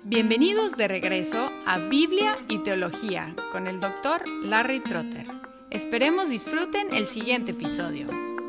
Bienvenidos de regreso a Biblia y Teología con el Dr. Larry Trotter. Esperemos disfruten el siguiente episodio.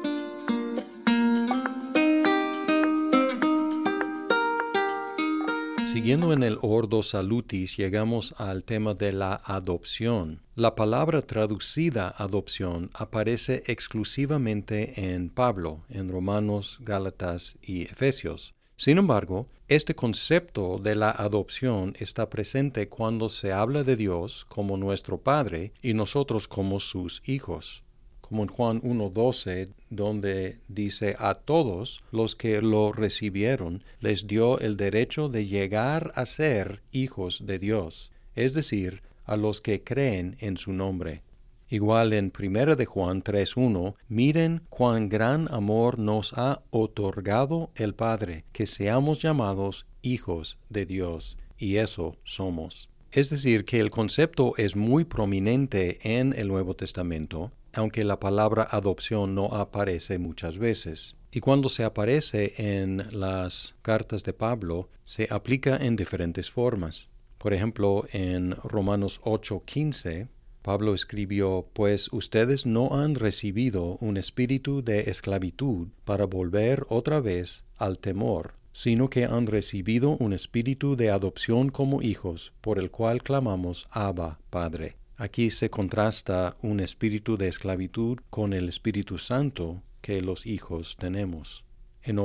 Siguiendo en el Ordo Salutis, llegamos al tema de la adopción. La palabra traducida adopción aparece exclusivamente en Pablo, en Romanos, Gálatas y Efesios. Sin embargo, este concepto de la adopción está presente cuando se habla de Dios como nuestro Padre y nosotros como sus hijos. Como en Juan 1:12, donde dice: a todos los que lo recibieron les dio el derecho de llegar a ser hijos de Dios, es decir, a los que creen en su nombre. Igual en 1 de Juan 3:1, miren cuán gran amor nos ha otorgado el Padre, que seamos llamados hijos de Dios, y eso somos. Es decir, que el concepto es muy prominente en el Nuevo Testamento, aunque la palabra adopción no aparece muchas veces. Y cuando se aparece en las cartas de Pablo, se aplica en diferentes formas. Por ejemplo, en Romanos 8:15, Pablo escribió: pues ustedes no han recibido un espíritu de esclavitud para volver otra vez al temor, sino que han recibido un espíritu de adopción como hijos, por el cual clamamos: Abba, Padre. Aquí se contrasta un espíritu de esclavitud con el Espíritu Santo que los hijos tenemos. En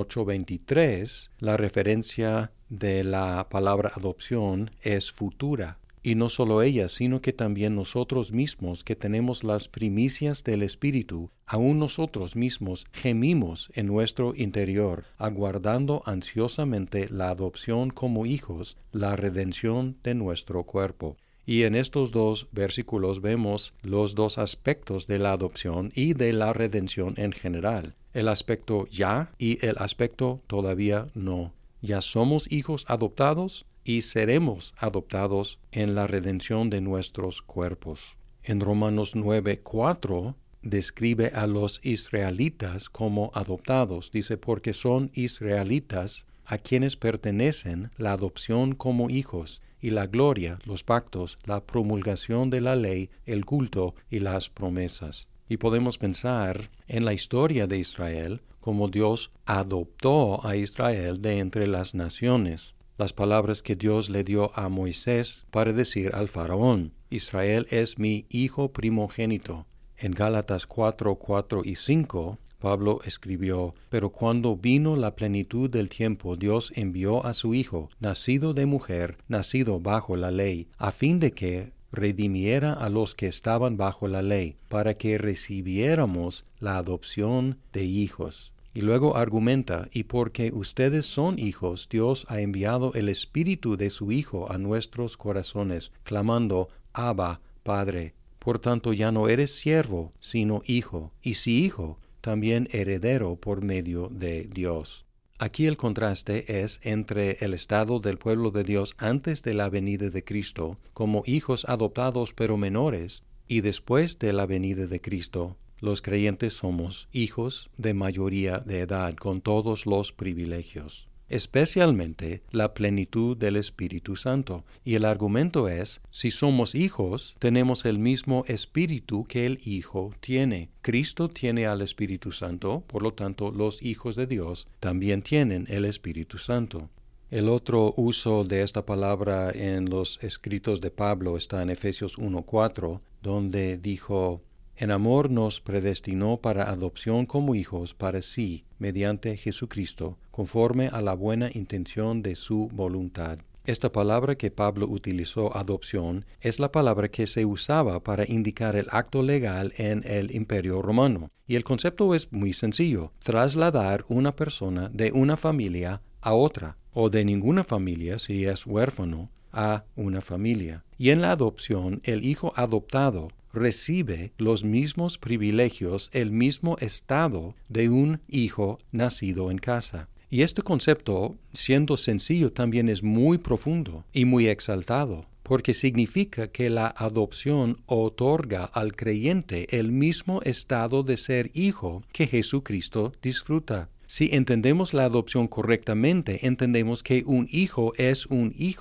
8:23, la referencia de la palabra adopción es futura. Y no solo ella, sino que también nosotros mismos, que tenemos las primicias del Espíritu, aún nosotros mismos gemimos en nuestro interior, aguardando ansiosamente la adopción como hijos, la redención de nuestro cuerpo. Y en estos dos versículos vemos los dos aspectos de la adopción y de la redención en general. El aspecto ya y el aspecto todavía no. Ya somos hijos adoptados y seremos adoptados en la redención de nuestros cuerpos. En Romanos 9:4 describe a los israelitas como adoptados. Dice: porque son israelitas a quienes pertenecen la adopción como hijos, y la gloria, los pactos, la promulgación de la ley, el culto y las promesas. Y podemos pensar en la historia de Israel, como Dios adoptó a Israel de entre las naciones. Las palabras que Dios le dio a Moisés para decir al faraón: Israel es mi hijo primogénito. En Gálatas 4:4 y 5, Pablo escribió: pero cuando vino la plenitud del tiempo, Dios envió a su Hijo, nacido de mujer, nacido bajo la ley, a fin de que redimiera a los que estaban bajo la ley, para que recibiéramos la adopción de hijos. Y luego argumenta: y porque ustedes son hijos, Dios ha enviado el Espíritu de su Hijo a nuestros corazones, clamando: Abba, Padre. Por tanto ya no eres siervo, sino hijo, y si hijo, también heredero por medio de Dios. Aquí el contraste es entre el estado del pueblo de Dios antes de la venida de Cristo, como hijos adoptados pero menores, y después de la venida de Cristo, los creyentes somos hijos de mayoría de edad con todos los privilegios, especialmente la plenitud del Espíritu Santo. Y el argumento es: si somos hijos, tenemos el mismo Espíritu que el Hijo tiene. Cristo tiene al Espíritu Santo, por lo tanto los hijos de Dios también tienen el Espíritu Santo. El otro uso de esta palabra en los escritos de Pablo está en Efesios 1:4, donde dijo: en amor nos predestinó para adopción como hijos para sí, mediante Jesucristo, conforme a la buena intención de su voluntad. Esta palabra que Pablo utilizó, adopción, es la palabra que se usaba para indicar el acto legal en el Imperio Romano. Y el concepto es muy sencillo: trasladar una persona de una familia a otra, o de ninguna familia, si es huérfano, a una familia. Y en la adopción, el hijo adoptado recibe los mismos privilegios, el mismo estado de un hijo nacido en casa. Y este concepto, siendo sencillo, también es muy profundo y muy exaltado, porque significa que la adopción otorga al creyente el mismo estado de ser hijo que Jesucristo disfruta. Si entendemos la adopción correctamente, entendemos que un hijo es un hijo,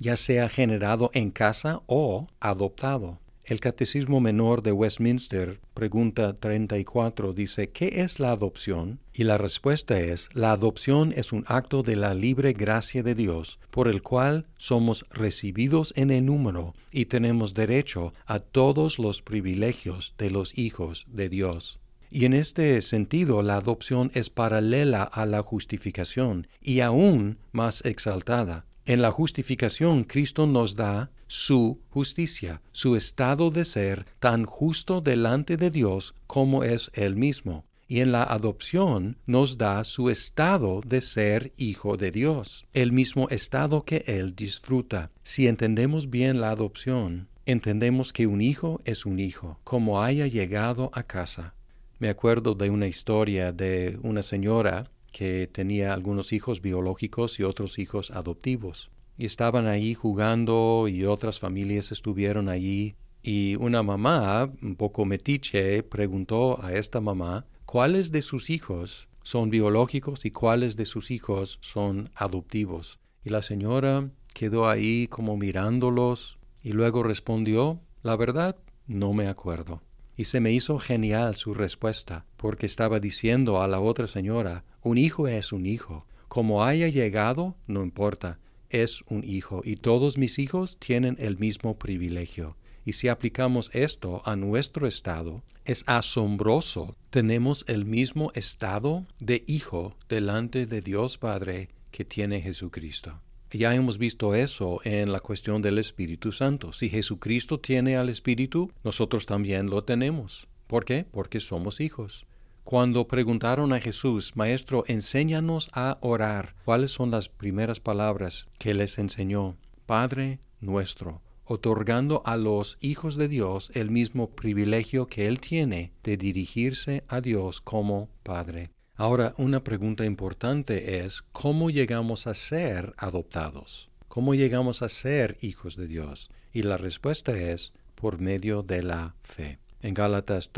ya sea generado en casa o adoptado. El Catecismo Menor de Westminster, pregunta 34, dice, ¿qué es la adopción? Y la respuesta es, la adopción es un acto de la libre gracia de Dios, por el cual somos recibidos en el número y tenemos derecho a todos los privilegios de los hijos de Dios. Y en este sentido, la adopción es paralela a la justificación y aún más exaltada. En la justificación, Cristo nos da su justicia, su estado de ser tan justo delante de Dios como es Él mismo. Y en la adopción nos da su estado de ser hijo de Dios, el mismo estado que Él disfruta. Si entendemos bien la adopción, entendemos que un hijo es un hijo, como haya llegado a casa. Me acuerdo de una historia de una señora que tenía algunos hijos biológicos y otros hijos adoptivos. Y estaban ahí jugando y otras familias estuvieron allí. Y una mamá, un poco metiche, preguntó a esta mamá cuáles de sus hijos son biológicos y cuáles de sus hijos son adoptivos. Y la señora quedó ahí como mirándolos y luego respondió, la verdad, no me acuerdo. Y se me hizo genial su respuesta, porque estaba diciendo a la otra señora, un hijo es un hijo. Como haya llegado, no importa, es un hijo, y todos mis hijos tienen el mismo privilegio. Y si aplicamos esto a nuestro estado, es asombroso. Tenemos el mismo estado de hijo delante de Dios Padre que tiene Jesucristo. Ya hemos visto eso en la cuestión del Espíritu Santo. Si Jesucristo tiene al Espíritu, nosotros también lo tenemos. ¿Por qué? Porque somos hijos. Cuando preguntaron a Jesús, Maestro, enséñanos a orar, ¿cuáles son las primeras palabras que les enseñó? Padre nuestro, otorgando a los hijos de Dios el mismo privilegio que Él tiene de dirigirse a Dios como Padre. Ahora, una pregunta importante es, ¿cómo llegamos a ser adoptados? ¿Cómo llegamos a ser hijos de Dios? Y la respuesta es, por medio de la fe. En Gálatas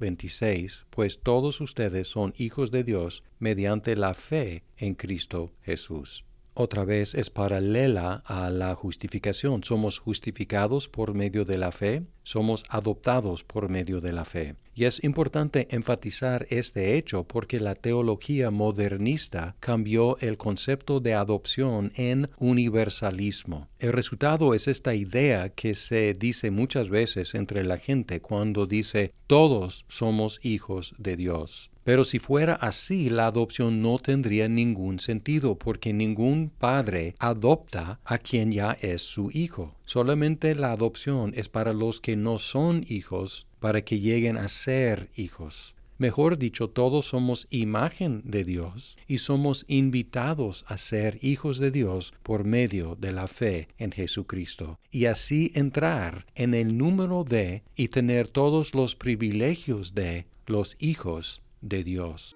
3:26, pues todos ustedes son hijos de Dios mediante la fe en Cristo Jesús. Otra vez es paralela a la justificación. Somos justificados por medio de la fe, somos adoptados por medio de la fe. Y es importante enfatizar este hecho porque la teología modernista cambió el concepto de adopción en universalismo. El resultado es esta idea que se dice muchas veces entre la gente cuando dice todos somos hijos de Dios. Pero si fuera así, la adopción no tendría ningún sentido porque ningún padre adopta a quien ya es su hijo. Solamente la adopción es para los que no son hijos, para que lleguen a ser hijos. Mejor dicho, todos somos imagen de Dios y somos invitados a ser hijos de Dios por medio de la fe en Jesucristo. Y así entrar en el número de y tener todos los privilegios de los hijos de Dios.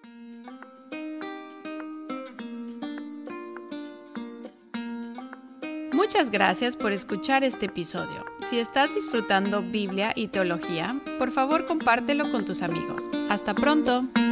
Muchas gracias por escuchar este episodio. Si estás disfrutando Biblia y teología, por favor compártelo con tus amigos. ¡Hasta pronto!